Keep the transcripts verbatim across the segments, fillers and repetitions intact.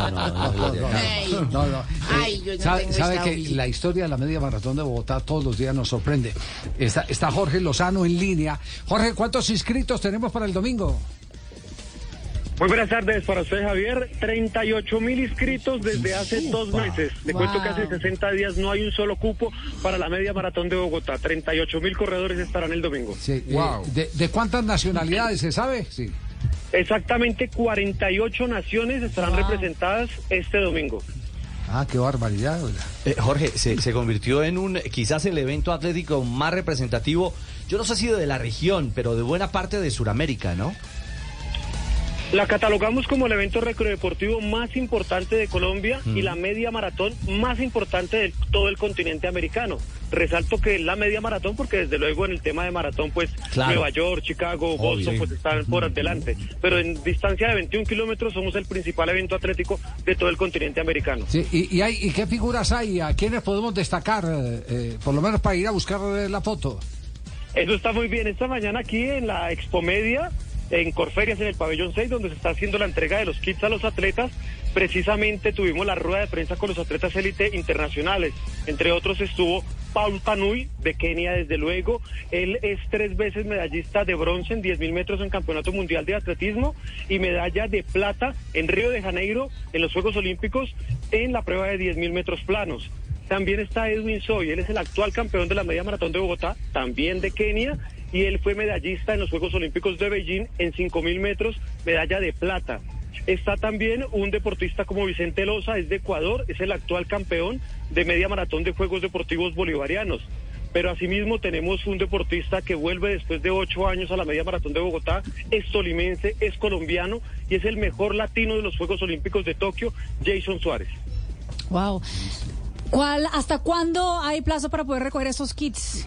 no, no, no, no, Ay, no, no. ay, yo Eh, no sabe tengo sabe esta que habilidad. la historia de la media maratón de Bogotá todos los días nos sorprende. Está, está Jorge Lozano en línea. Jorge, ¿cuántos inscritos tenemos para el domingo? Muy buenas tardes para usted, Javier. treinta y ocho mil inscritos desde hace dos meses. Le Wow. cuento que hace sesenta días no hay un solo cupo para la media maratón de Bogotá. treinta y ocho mil corredores estarán el domingo. Sí, eh, Wow. de, ¿De cuántas nacionalidades se sabe? Sí. Exactamente cuarenta y ocho naciones estarán Wow. representadas este domingo. Ah, qué barbaridad. oiga. Eh, Jorge, se, se convirtió en un quizás el evento atlético más representativo, yo no sé si de la región, pero de buena parte de Sudamérica, ¿no? La catalogamos como el evento recreodeportivo más importante de Colombia y la media maratón más importante de todo el continente americano. Resalto que la media maratón porque desde luego en el tema de maratón pues Claro. Nueva York, Chicago, Boston pues están por adelante. Pero en distancia de veintiún kilómetros somos el principal evento atlético de todo el continente americano. Sí, y, y, hay, ¿Y qué figuras hay? ¿A quiénes podemos destacar? Eh, eh, por lo menos para ir a buscar eh, la foto. Eso está muy bien. Esta mañana aquí en la Expomedia, en Corferias, en el pabellón seis, donde se está haciendo la entrega de los kits a los atletas, precisamente tuvimos la rueda de prensa con los atletas élite internacionales. Entre otros estuvo Paul Tanui, de Kenia, desde luego. Él es tres veces medallista de bronce en diez mil metros en Campeonato Mundial de Atletismo y medalla de plata en Río de Janeiro en los Juegos Olímpicos en la prueba de diez mil metros planos. También está Edwin Soy, él es el actual campeón de la media maratón de Bogotá, también de Kenia, y él fue medallista en los Juegos Olímpicos de Beijing en cinco mil metros, medalla de plata. Está también un deportista como Vicente Loza, es de Ecuador, es el actual campeón de media maratón de Juegos Deportivos Bolivarianos. Pero asimismo tenemos un deportista que vuelve después de ocho años a la media maratón de Bogotá, es tolimense, es colombiano y es el mejor latino de los Juegos Olímpicos de Tokio, Jason Suárez. Wow. ¿Cuál, ¿Hasta cuándo hay plazo para poder recoger esos kits?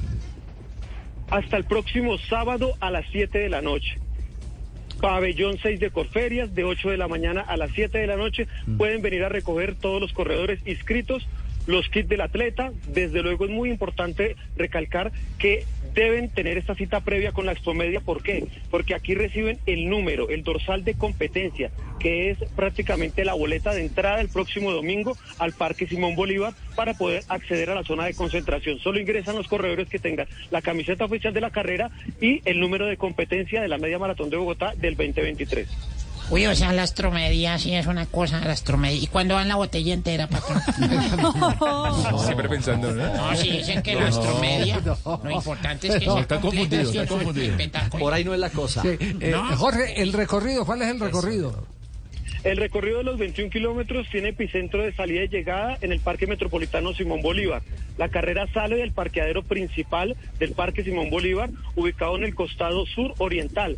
Hasta el próximo sábado a las siete de la noche. Pabellón seis de Corferias, de ocho de la mañana a las siete de la noche. Pueden venir a recoger todos los corredores inscritos, los kits del atleta. Desde luego es muy importante recalcar que deben tener esta cita previa con la Expomedia. ¿Por qué? Porque aquí reciben el número, el dorsal de competencia, que es prácticamente la boleta de entrada el próximo domingo al Parque Simón Bolívar para poder acceder a la zona de concentración. Solo ingresan los corredores que tengan la camiseta oficial de la carrera y el número de competencia de la media maratón de Bogotá del veinte veintitrés. Uy, o sea, la astromedia sí es una cosa, la astromedia. ¿Y cuándo van la botella entera, patrón? Siempre pensando, ¿no? No, si dicen que la astromedia, lo importante es que No, sea está completa, confundido, sí, está es un confundido. espectáculo. Por ahí no es la cosa. Sí, eh, No. Jorge, el recorrido, ¿cuál es el recorrido? El recorrido de los veintiún kilómetros tiene epicentro de salida y llegada en el Parque Metropolitano Simón Bolívar. La carrera sale del parqueadero principal del Parque Simón Bolívar, ubicado en el costado sur oriental.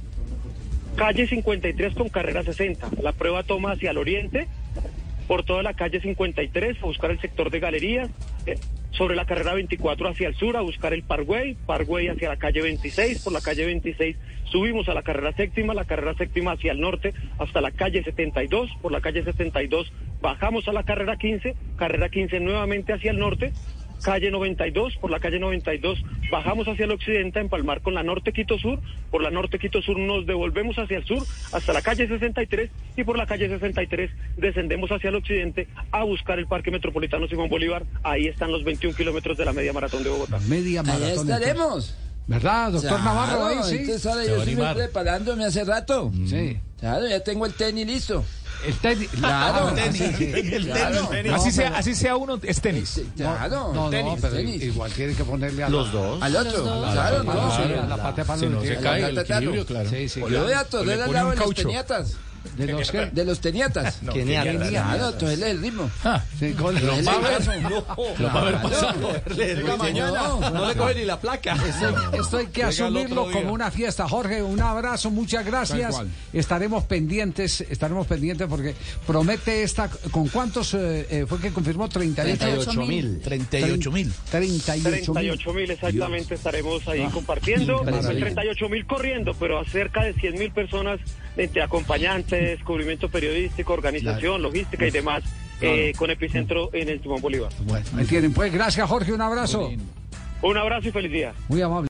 Calle cincuenta y tres con carrera sesenta. La prueba toma hacia el oriente, por toda la calle cincuenta y tres, a buscar el sector de galerías. Eh, sobre la carrera veinticuatro hacia el sur, a buscar el Parkway. Parkway hacia la calle veintiséis. Por la calle veintiséis subimos a la carrera séptima. La carrera séptima hacia el norte hasta la calle setenta y dos. Por la calle setenta y dos bajamos a la carrera quince. Carrera quince nuevamente hacia el norte. Calle noventa y dos, por la calle noventa y dos bajamos hacia el occidente a empalmar con la Norte Quito Sur. Por la Norte Quito Sur nos devolvemos hacia el sur hasta la calle sesenta y tres y por la calle sesenta y tres descendemos hacia el occidente a buscar el Parque Metropolitano Simón Bolívar. Ahí están los veintiún kilómetros de la media maratón de Bogotá. Media Allá maratón. estaremos. entonces. ¿Verdad, doctor Claro, Navarro? Ahí sí. entonces ahora Se yo va a estoy animar. preparándome hace rato. Sí. Claro, ya tengo el tenis listo. El tenis. Claro, Ah, tenis. sí, sí. Claro. No, así, sea, pero- así sea uno, es tenis. Claro, No, no, tenis, pero tenis. igual tiene que ponerle a Los la- dos. Al otro, dos. claro, a la- no. sí, sí. a la pata de palo Si no tiene se que- cae el Claro. equilibrio, claro. Sí, sí, Yo claro. voy a torcer le al pone lado un de los caucho. teniatas. ¿De los qué? De los teniatas. No, Keniatas. Claro, entonces el ritmo. Ah, Sí, con- Entonces va a el ver. paso. lo va a ver pasando. Llega mañana, No, no le coge ni la placa. Esto, esto hay que Llega el asumirlo otro día. como una fiesta. Jorge, un abrazo, muchas gracias. Tal cual. Estaremos pendientes, estaremos pendientes porque promete esta. ¿Con cuántos eh, eh, fue que confirmó? treinta y ocho mil. treinta y ocho mil. treinta y ocho treinta y mil. ocho mil exactamente estaremos ahí compartiendo, maravilla. treinta y ocho mil corriendo, pero a cerca de cien mil personas entre acompañantes, cubrimiento periodístico, organización, logística y demás, eh, con epicentro en el Simón Bolívar. Bueno, ahí tienen. Pues gracias, Jorge, un abrazo. Un abrazo y feliz día. Muy amable.